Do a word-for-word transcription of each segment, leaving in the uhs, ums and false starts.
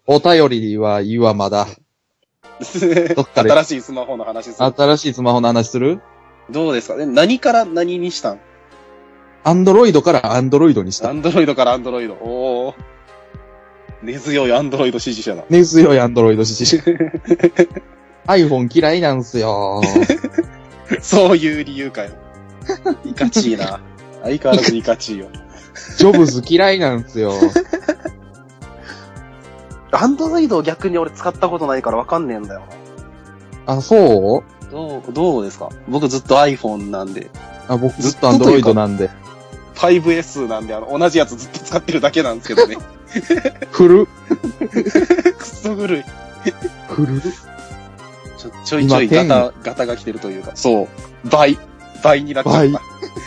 お便りはいいわ、まだ。どっかで新しいスマホの話する。 新しいスマホの話する？ どうですかね？何から何にしたん？ アンドロイドからアンドロイドにした。 アンドロイドからアンドロイド。おー。根強いアンドロイド支持者だ。 根強いアンドロイド支持者。iPhone 嫌いなんすよ。 そういう理由かよ。いかちいな。相変わらずいかちいよ。 ジョブズ嫌いなんすよ。 アンドロイドを逆に俺使ったことないからわかんねえんだよな。あ、そう？ どう、どうですか？僕ずっと iPhone なんで。 あ、僕ずっとアンドロイドなんで。 ファイブエス なんで、あの、同じやつずっと使ってるだけなんですけどね。 古くそ古い。 古ちょ、ちょいちょいガタ、ガタが来てるというか、そう。倍。倍になっちゃった。倍。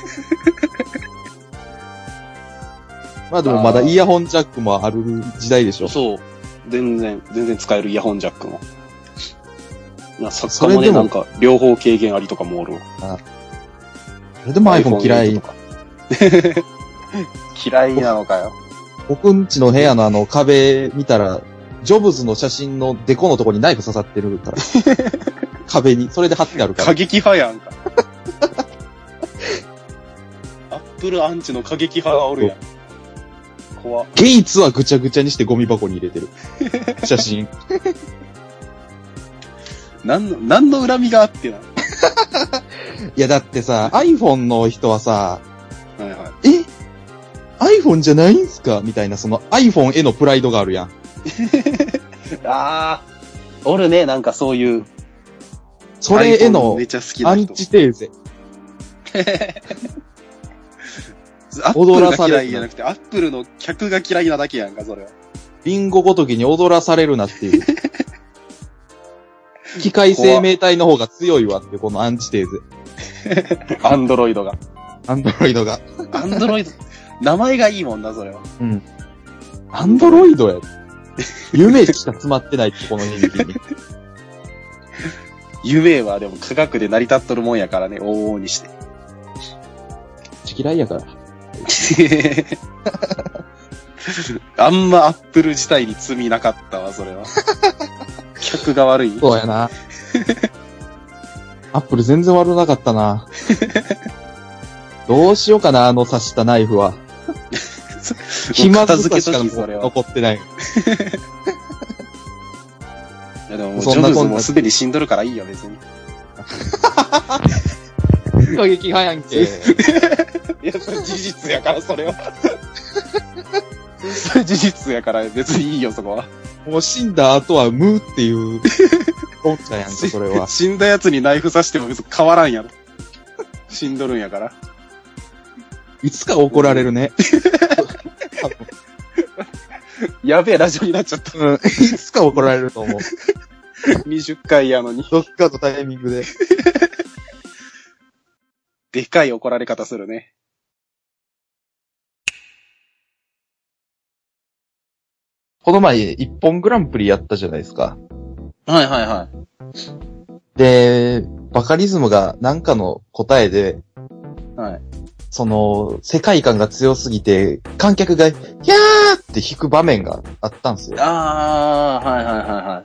まあでもまだイヤホンジャックもある時代でしょ。 そう。全然、全然使えるイヤホンジャックも。まあ、作家もね、なんか、両方軽減ありとかもおるわ。 あそれでも iPhone 嫌い。 嫌いなのかよ。 僕んちの部屋のあの壁見たら、ジョブズの写真のデコのとこにナイフ刺さってるから。壁に。それで貼ってあるから。 過激派やんか。アップルアンチの過激派がおるやん。怖っ。 ゲイツはぐちゃぐちゃにしてゴミ箱に入れてる。写真。 なんの、なんの恨みがあってな。 いやだってさ、iPhone の人はさ、 はいはい。 え ?iPhone じゃないんすかみたいな、その iPhone へのプライドがあるやん。 あー。おるね、なんかそういう。 それへのアンチテーゼ。 アップルが嫌いじゃなくて、アップルの客が嫌いなだけやんか、それは。 リンゴごときに踊らされるなっていう。機械生命体の方が強いわって、このアンチテーゼ。 アンドロイドが。 アンドロイドが。 アンドロイド、名前がいいもんな、それは。 うん。アンドロイドや。夢しか詰まってないって、この人気に。 夢はでも科学で成り立っとるもんやからね、往々にして。 嫌いやから。 あんまアップル自体に罪なかったわ、それは。客が悪い。 そうやな。アップル全然悪なかったな。どうしようかな、あの刺したナイフは。気まずさしか残ってない。 いやでももうジョブズもすでに死んどるからいいよ、別に。 過激派やんけ。 いや、それ事実やから、それは。それ事実やから別にいいよ、そこは。 もう死んだ後は無っていう、おっちゃんやんか、それは。 死んだ奴にナイフ刺しても別に変わらんやろ。死んどるんやから。 いつか怒られるね。 やべえラジオになっちゃった。 うん。いつか怒られると思う。 にじゅっかいやのに。 どっかのタイミングで。 でかい怒られ方するね。 この前、一本グランプリやったじゃないですか。 はいはいはい。 で、バカリズムがなんかの答えで、 はい。 その、世界観が強すぎて、観客が、ひゃーって弾く場面があったんですよ。 あー、はいはいはいはい。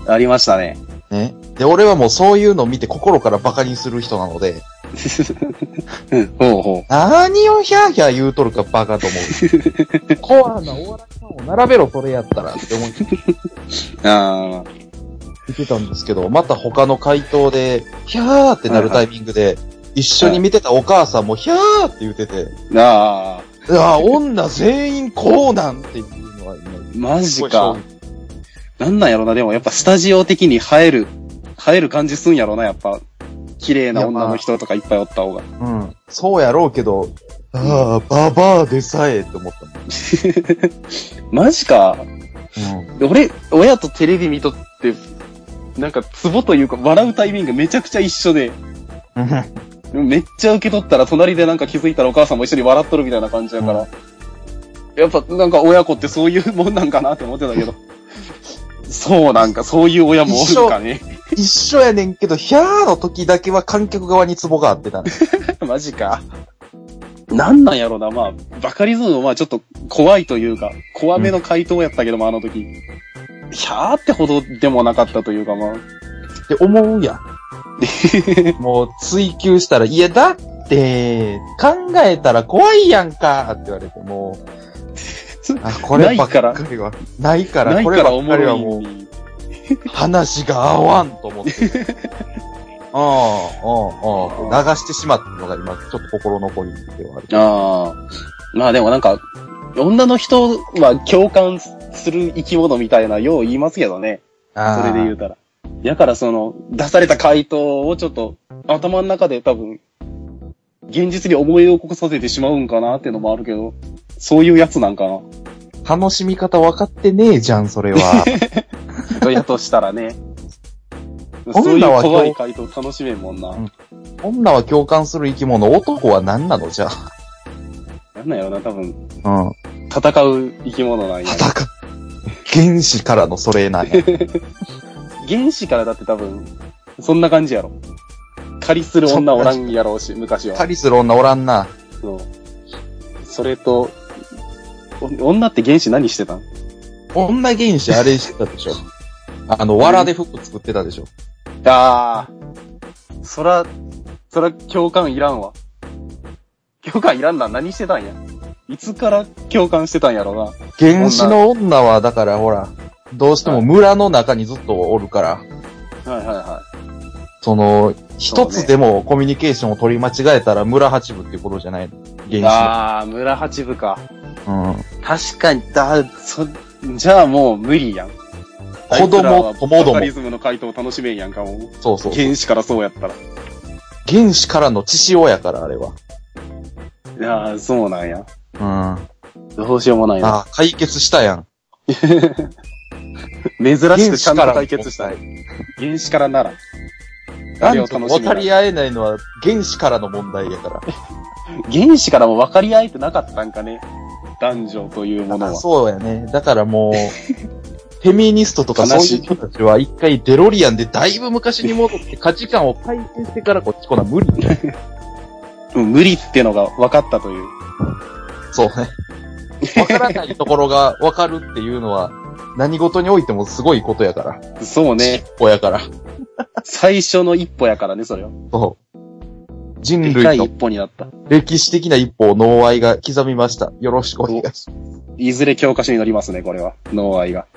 ありましたね。 ね。で、俺はもうそういうのを見て心からバカにする人なので、 うん、ほうほう。 何をヒャーヒャー言うとるかバカと思う。コアなお笑いファンを並べろ、それやったらって思って。 あー。 言ってたんですけど、また他の回答で、ヒャーってなるタイミングで、はいはい、一緒に見てたお母さんもヒャーって言ってて、 ああ。いや、女全員こうなんっていうのは今、マジか。なんなんやろな、でもやっぱスタジオ的に映える、映える感じすんやろな、やっぱ。綺麗な女の人とかいっぱいおった方が。 うん。そうやろうけど、ああ、ババアでさえって思ったもん。 マジか。 うん。 俺、親とテレビ見とって、なんかツボというか笑うタイミングめちゃくちゃ一緒で。めっちゃ受け取ったら隣でなんか気づいたらお母さんも一緒に笑っとるみたいな感じやから。うん、やっぱなんか親子ってそういうもんなんかなって思ってたけど。そうなんか、そういう親もおるかね。 一緒やねんけど、ヒャーの時だけは観客側にツボが合ってたね。 マジか。 なんなんやろな、まあ、バカリズムもまあちょっと怖いというか、怖めの回答やったけども、うん、あの時。ひゃーってほどでもなかったというか、まあ。 って思うやん。もう追求したら、いや、だって、考えたら怖いやんかって言われて、もう、あ、こればっかりは、ないから、こればっかりはもう、話が合わんと思って。ああ、ああ、ああ、流してしまったのが今、ちょっと心残りではある。 ああ。まあでもなんか、女の人は共感する生き物みたいな、よう言いますけどね。それで言うたら。だからその、出された回答をちょっと、頭の中で多分、現実に思い起こさせてしまうんかなっていうのもあるけど、そういうやつなんかな。 楽しみ方分かってねえじゃん、それは。 やとしたらね。そういう怖い回答楽しめんもんな、うん。 女は共感する生き物、男は何なのじゃあ。 なんなんやろな、多分。 うん。 戦う生き物なんや。 戦う。原始からのそれなんや。 原始からだって多分、そんな感じやろ。狩りする女おらんやろうし、昔は。 狩りする女おらんな。 そう。それと、女って原始何してたん？ 女原始あれしてたでしょ。あの、藁で服作ってたでしょ。 ああ。そら、そら共感いらんわ。共感いらんな。何してたんや。いつから共感してたんやろな。 原始の女は、だからほら、どうしても村の中にずっとおるから。 はいはいはい。 その、一つでもコミュニケーションを取り間違えたら村八部っていうことじゃないの？原始の。 ああ、村八部か。 うん。 確かに、だ、そ、じゃあもう無理やん。 子供、ともども。 バカリズムの回答を楽しめんやんかも。 そうそう。 原始からそうやったら。 原始からの血潮やから、あれは。 いやー、そうなんや。 うん。 どうしようもないな。 ああ、解決したやん。 珍しくちゃんと解決したい。原始からなら。 あれを楽しみ。分かり合えないのは原始からの問題やから。 原始からも分かり合えてなかったんかね。男女というものは。 そうやね。だからもう、フェミニストとかそういう人たちは一回デロリアンでだいぶ昔に戻って価値観を改正してからこっち来な無理だよ。 うん、無理ってのが分かったという。 そうね。分からないところが分かるっていうのは何事においてもすごいことやから。 そうね。 一歩やから。 最初の一歩やからね、それは。 そう。人類の一歩になった。 歴史的な一歩をノーアイが刻みました。よろしくお願いします。 いずれ教科書になりますね、これは。ノーアイが。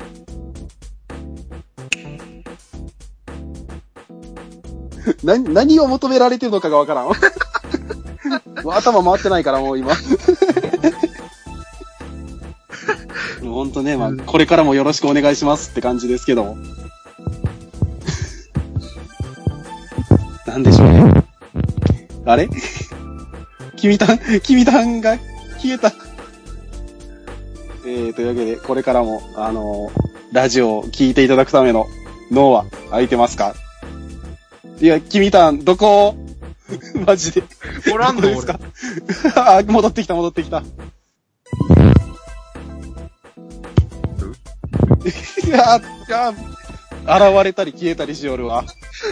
な、何を求められてるのかがわからん。頭回ってないからもう今。ほんとね、まあ、これからもよろしくお願いしますって感じですけども。なんでしょうね。あれ君たん、君たんが消えた。えー、というわけで、これからも、あのー、ラジオを聞いていただくための脳は空いてますか？いや、君たん、どこマジで。 おらんのですか？ あ、戻ってきた、戻ってきた。いや、いや、現れたり消えたりしよるわ。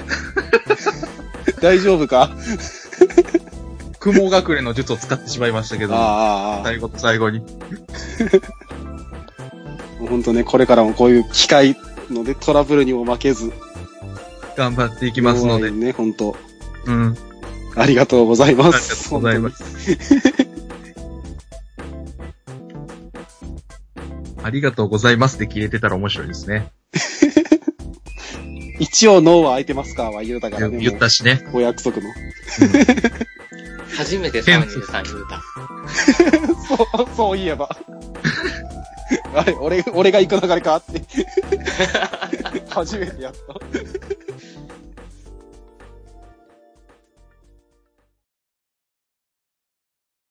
大丈夫か？ 雲隠れの術を使ってしまいましたけど、 ああ最後と最後に。 ほんとね、これからもこういう機会のでトラブルにも負けず、 頑張っていきますので。 ね、ほんと。 うん。 ありがとうございます。 ありがとうございます。ありがとうございますって消えてたら面白いですね。 一応脳は空いてますかは言うたからね。 言ったしね。 お約束の。うん、 初めてさんにんさん言うた。 そう、そういえば。あれ、俺、俺が行く流れかって。初めてやった。